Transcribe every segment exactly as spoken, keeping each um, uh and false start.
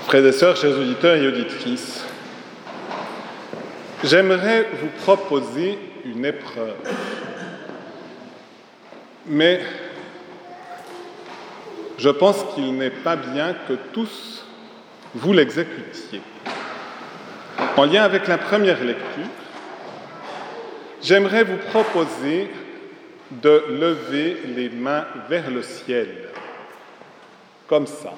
Frères et sœurs, chers auditeurs et auditrices, j'aimerais vous proposer une épreuve, mais je pense qu'il n'est pas bien que tous vous l'exécutiez. En lien avec la première lecture, j'aimerais vous proposer de lever les mains vers le ciel, comme ça.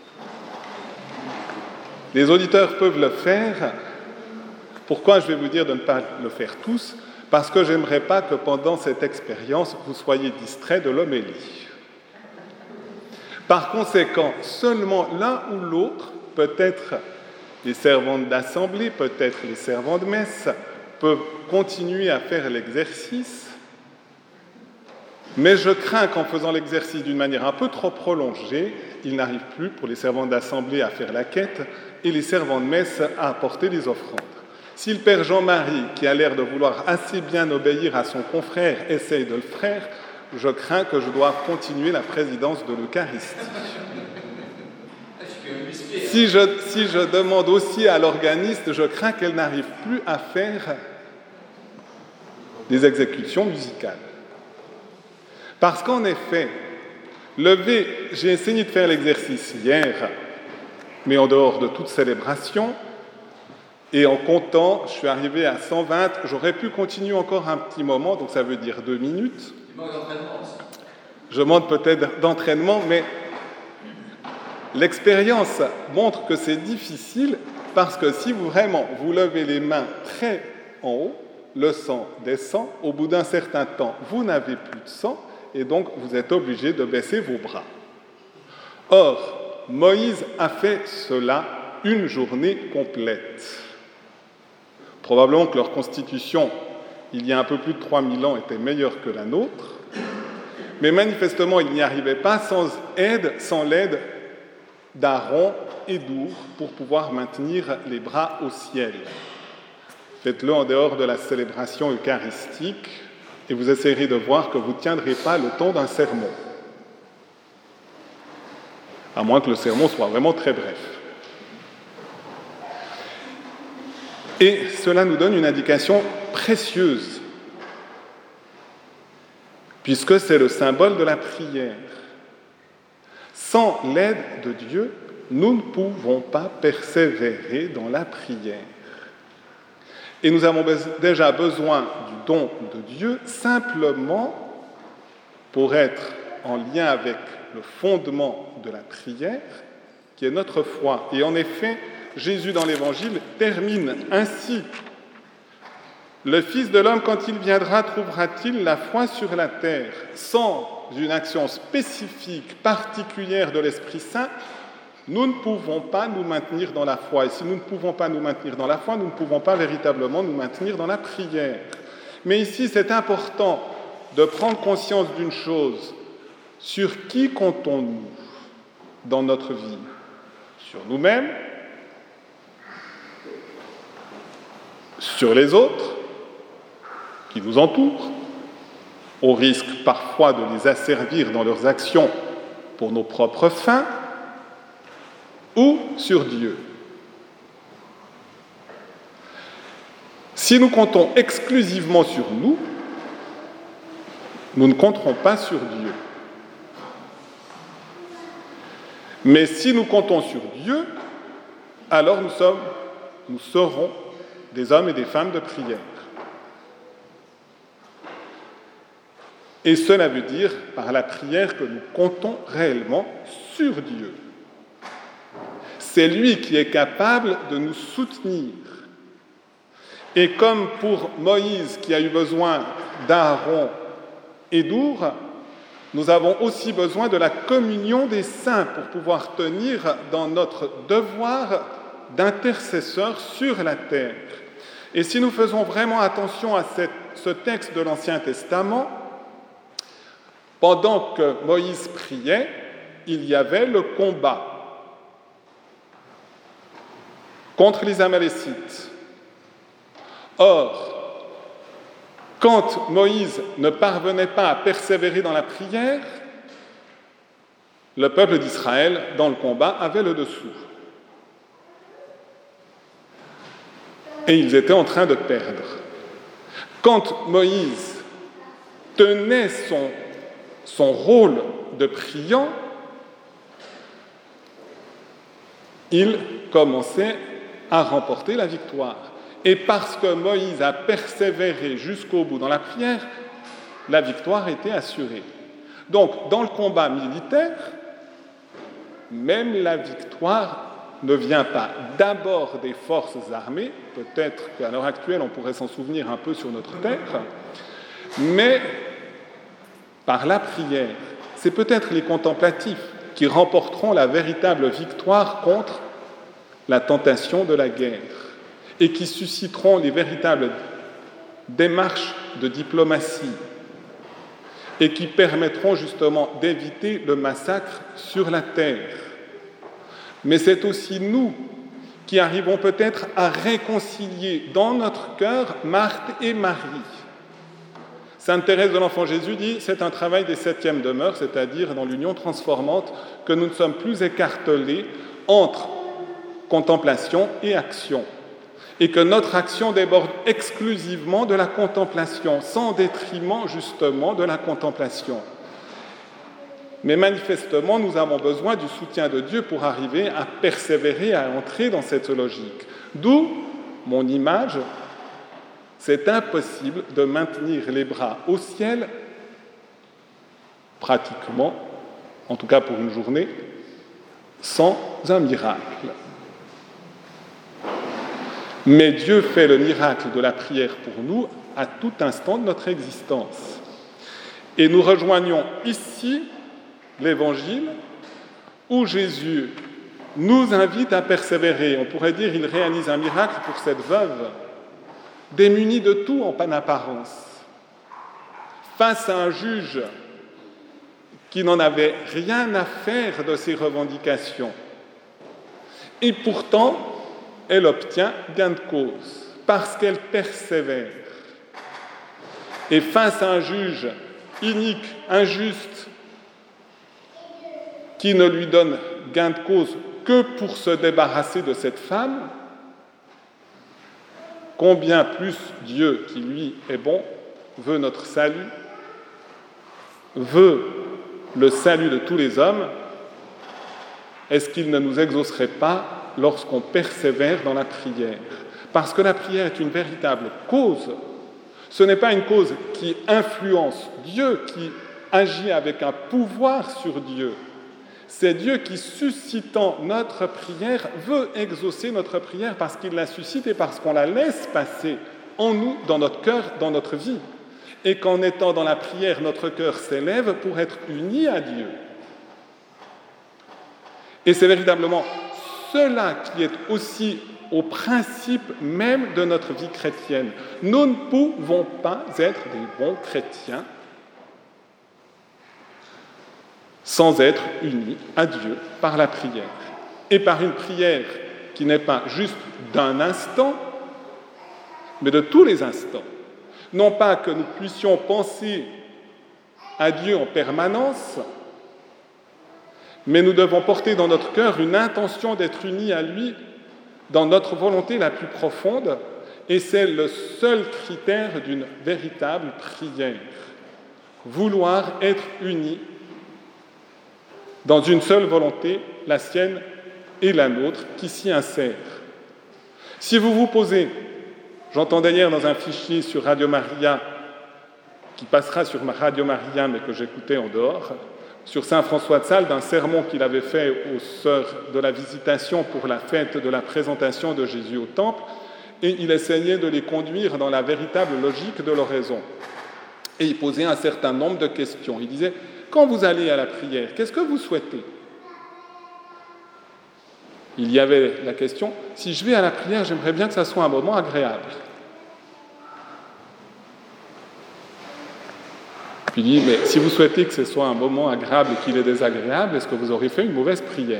Les auditeurs peuvent le faire. Pourquoi je vais vous dire de ne pas le faire tous? Parce que je n'aimerais pas que pendant cette expérience, vous soyez distraits de l'homélie. Par conséquent, seulement l'un ou l'autre, peut-être les servants d'assemblée, peut-être les servants de messe, peuvent continuer à faire l'exercice, mais je crains qu'en faisant l'exercice d'une manière un peu trop prolongée, il n'arrive plus pour les servants d'assemblée à faire la quête et les servants de messe à apporter les offrandes. Si le père Jean-Marie, qui a l'air de vouloir assez bien obéir à son confrère, essaye de le faire, je crains que je doive continuer la présidence de l'Eucharistie. Si je, si je demande aussi à l'organiste, je crains qu'elle n'arrive plus à faire des exécutions musicales. Parce qu'en effet, lever, j'ai essayé de faire l'exercice hier, mais en dehors de toute célébration, et en comptant, je suis arrivé à cent vingt, j'aurais pu continuer encore un petit moment, donc ça veut dire deux minutes. Il manque d'entraînement. Je manque peut-être d'entraînement, mais l'expérience montre que c'est difficile, parce que si vous vraiment vous levez les mains très en haut, le sang descend, au bout d'un certain temps, vous n'avez plus de sang, et donc vous êtes obligé de baisser vos bras. Or, Moïse a fait cela une journée complète. Probablement que leur constitution, il y a un peu plus de trois mille ans, était meilleure que la nôtre, mais manifestement, il n'y arrivait pas sans aide, sans l'aide d'Aaron et d'Our pour pouvoir maintenir les bras au ciel. Faites-le en dehors de la célébration eucharistique, et vous essayerez de voir que vous ne tiendrez pas le temps d'un sermon. À moins que le sermon soit vraiment très bref. Et cela nous donne une indication précieuse, puisque c'est le symbole de la prière. Sans l'aide de Dieu, nous ne pouvons pas persévérer dans la prière. Et nous avons déjà besoin du don de Dieu simplement pour être en lien avec le fondement de la prière, qui est notre foi. Et en effet, Jésus dans l'Évangile termine ainsi. Le Fils de l'homme, quand il viendra, trouvera-t-il la foi sur la terre? Sans une action spécifique, particulière de l'Esprit Saint, nous ne pouvons pas nous maintenir dans la foi. Et si nous ne pouvons pas nous maintenir dans la foi, nous ne pouvons pas véritablement nous maintenir dans la prière. Mais ici, c'est important de prendre conscience d'une chose. Sur qui comptons-nous dans notre vie? Sur nous-mêmes? Sur les autres qui nous entourent, au risque parfois de les asservir dans leurs actions pour nos propres fins, ou sur Dieu. Si nous comptons exclusivement sur nous, nous ne compterons pas sur Dieu. Mais si nous comptons sur Dieu, alors nous sommes, nous serons des hommes et des femmes de prière. Et cela veut dire, par la prière, que nous comptons réellement sur Dieu. C'est lui qui est capable de nous soutenir. Et comme pour Moïse, qui a eu besoin d'Aaron et d'Our, nous avons aussi besoin de la communion des saints pour pouvoir tenir dans notre devoir d'intercesseur sur la terre. Et si nous faisons vraiment attention à cette, ce texte de l'Ancien Testament, pendant que Moïse priait, il y avait le combat contre les Amalécites. Or, quand Moïse ne parvenait pas à persévérer dans la prière, le peuple d'Israël, dans le combat, avait le dessous. et ils étaient en train de perdre. Quand Moïse tenait son, son rôle de priant, il commençait à remporter la victoire. Et parce que Moïse a persévéré jusqu'au bout dans la prière, la victoire était assurée. Donc, dans le combat militaire, même la victoire ne vient pas d'abord des forces armées, peut-être qu'à l'heure actuelle on pourrait s'en souvenir un peu sur notre terre, mais par la prière. C'est peut-être les contemplatifs qui remporteront la véritable victoire contre la tentation de la guerre et qui susciteront les véritables démarches de diplomatie et qui permettront justement d'éviter le massacre sur la terre. Mais c'est aussi nous qui arrivons peut-être à réconcilier dans notre cœur Marthe et Marie. Sainte Thérèse de l'Enfant Jésus dit « c'est un travail des septièmes demeures, c'est-à-dire dans l'union transformante, que nous ne sommes plus écartelés entre contemplation et action, et que notre action déborde exclusivement de la contemplation, sans détriment justement de la contemplation. Mais manifestement, nous avons besoin du soutien de Dieu pour arriver à persévérer, à entrer dans cette logique. D'où mon image, c'est impossible de maintenir les bras au ciel, pratiquement, en tout cas pour une journée, sans un miracle. Mais Dieu fait le miracle de la prière pour nous à tout instant de notre existence. Et nous rejoignons ici l'Évangile où Jésus nous invite à persévérer. On pourrait dire qu'il réalise un miracle pour cette veuve, démunie de tout en apparence, face à un juge qui n'en avait rien à faire de ses revendications. Et pourtant, elle obtient gain de cause, parce qu'elle persévère. Et face à un juge inique, injuste, qui ne lui donne gain de cause que pour se débarrasser de cette femme, combien plus Dieu, qui lui est bon, veut notre salut, veut le salut de tous les hommes, est-ce qu'il ne nous exaucerait pas lorsqu'on persévère dans la prière? Parce que la prière est une véritable cause. Ce n'est pas une cause qui influence Dieu, qui agit avec un pouvoir sur Dieu. C'est Dieu qui, suscitant notre prière, veut exaucer notre prière parce qu'il la suscite et parce qu'on la laisse passer en nous, dans notre cœur, dans notre vie. Et qu'en étant dans la prière, notre cœur s'élève pour être uni à Dieu. Et c'est véritablement cela qui est aussi au principe même de notre vie chrétienne. Nous ne pouvons pas être des bons chrétiens sans être unis à Dieu par la prière. Et par une prière qui n'est pas juste d'un instant, mais de tous les instants. Non pas que nous puissions penser à Dieu en permanence, mais nous devons porter dans notre cœur une intention d'être unis à lui dans notre volonté la plus profonde, et c'est le seul critère d'une véritable prière. Vouloir être unis dans une seule volonté, la sienne et la nôtre, qui s'y insère. Si vous vous posez, j'entendais hier dans un fichier sur Radio Maria, qui passera sur Radio Maria, mais que j'écoutais en dehors, sur Saint François de Sales, d'un sermon qu'il avait fait aux sœurs de la Visitation pour la fête de la présentation de Jésus au Temple, et il essayait de les conduire dans la véritable logique de l'oraison. Et il posait un certain nombre de questions. Il disait, quand vous allez à la prière, qu'est-ce que vous souhaitez? Il y avait la question, si je vais à la prière, j'aimerais bien que ça soit un moment agréable. Puis il dit, mais si vous souhaitez que ce soit un moment agréable et qu'il est désagréable, est-ce que vous aurez fait une mauvaise prière?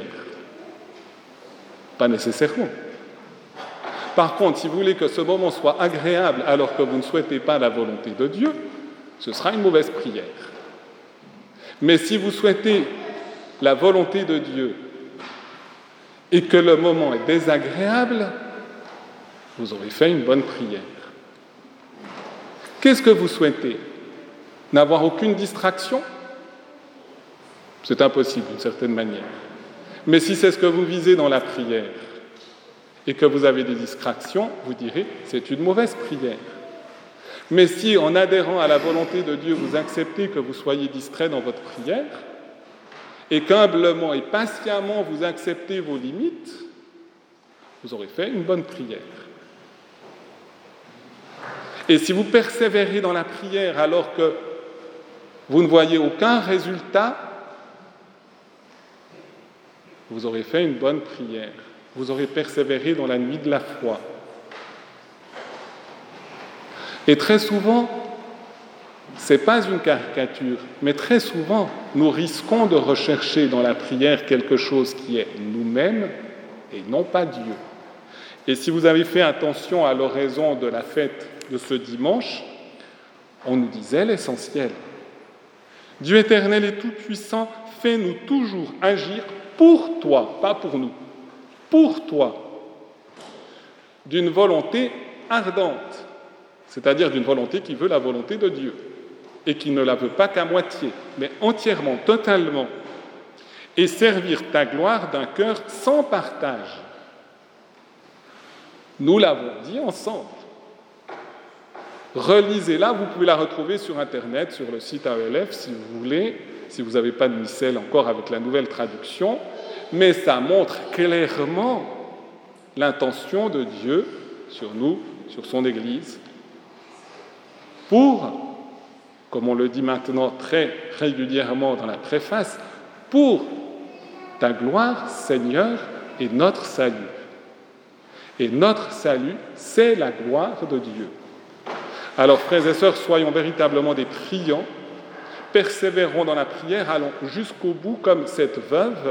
Pas nécessairement. Par contre, si vous voulez que ce moment soit agréable alors que vous ne souhaitez pas la volonté de Dieu, ce sera une mauvaise prière. Mais si vous souhaitez la volonté de Dieu et que le moment est désagréable, vous aurez fait une bonne prière. Qu'est-ce que vous souhaitez? N'avoir aucune distraction? C'est impossible d'une certaine manière. Mais si c'est ce que vous visez dans la prière et que vous avez des distractions, vous direz c'est une mauvaise prière. Mais si en adhérant à la volonté de Dieu, vous acceptez que vous soyez distrait dans votre prière et qu'humblement et patiemment vous acceptez vos limites, vous aurez fait une bonne prière. Et si vous persévérez dans la prière alors que vous ne voyez aucun résultat, vous aurez fait une bonne prière. Vous aurez persévéré dans la nuit de la foi. Et très souvent, ce n'est pas une caricature, mais très souvent, nous risquons de rechercher dans la prière quelque chose qui est nous-mêmes et non pas Dieu. Et si vous avez fait attention à l'oraison de la fête de ce dimanche, on nous disait l'essentiel. Dieu éternel et tout-puissant, fais-nous toujours agir pour toi, pas pour nous, pour toi, d'une volonté ardente, c'est-à-dire d'une volonté qui veut la volonté de Dieu et qui ne la veut pas qu'à moitié, mais entièrement, totalement, et servir ta gloire d'un cœur sans partage. Nous l'avons dit ensemble. Relisez-la, vous pouvez la retrouver sur Internet, sur le site A E L F si vous voulez, si vous n'avez pas de missel encore avec la nouvelle traduction, mais ça montre clairement l'intention de Dieu sur nous, sur son Église, pour, comme on le dit maintenant très régulièrement dans la préface, pour ta gloire, Seigneur, et notre salut. Et notre salut, c'est la gloire de Dieu. Alors, frères et sœurs, soyons véritablement des priants, persévérons dans la prière, allons jusqu'au bout comme cette veuve,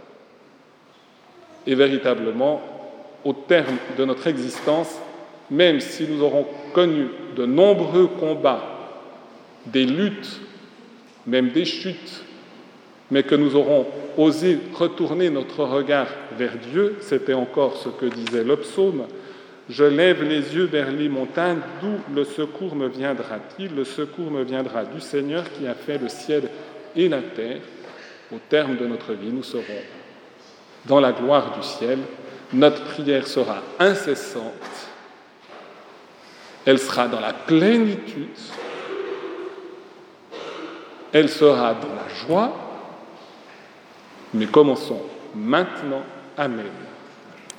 et véritablement, au terme de notre existence, même si nous aurons connu de nombreux combats, des luttes, même des chutes, mais que nous aurons osé retourner notre regard vers Dieu, c'était encore ce que disait le psaume, « Je lève les yeux vers les montagnes, d'où le secours me viendra-t-il? Le secours me viendra du Seigneur qui a fait le ciel et la terre. » Au terme de notre vie, nous serons dans la gloire du ciel. Notre prière sera incessante. Elle sera dans la plénitude. Elle sera dans la joie. Mais commençons maintenant. Amen.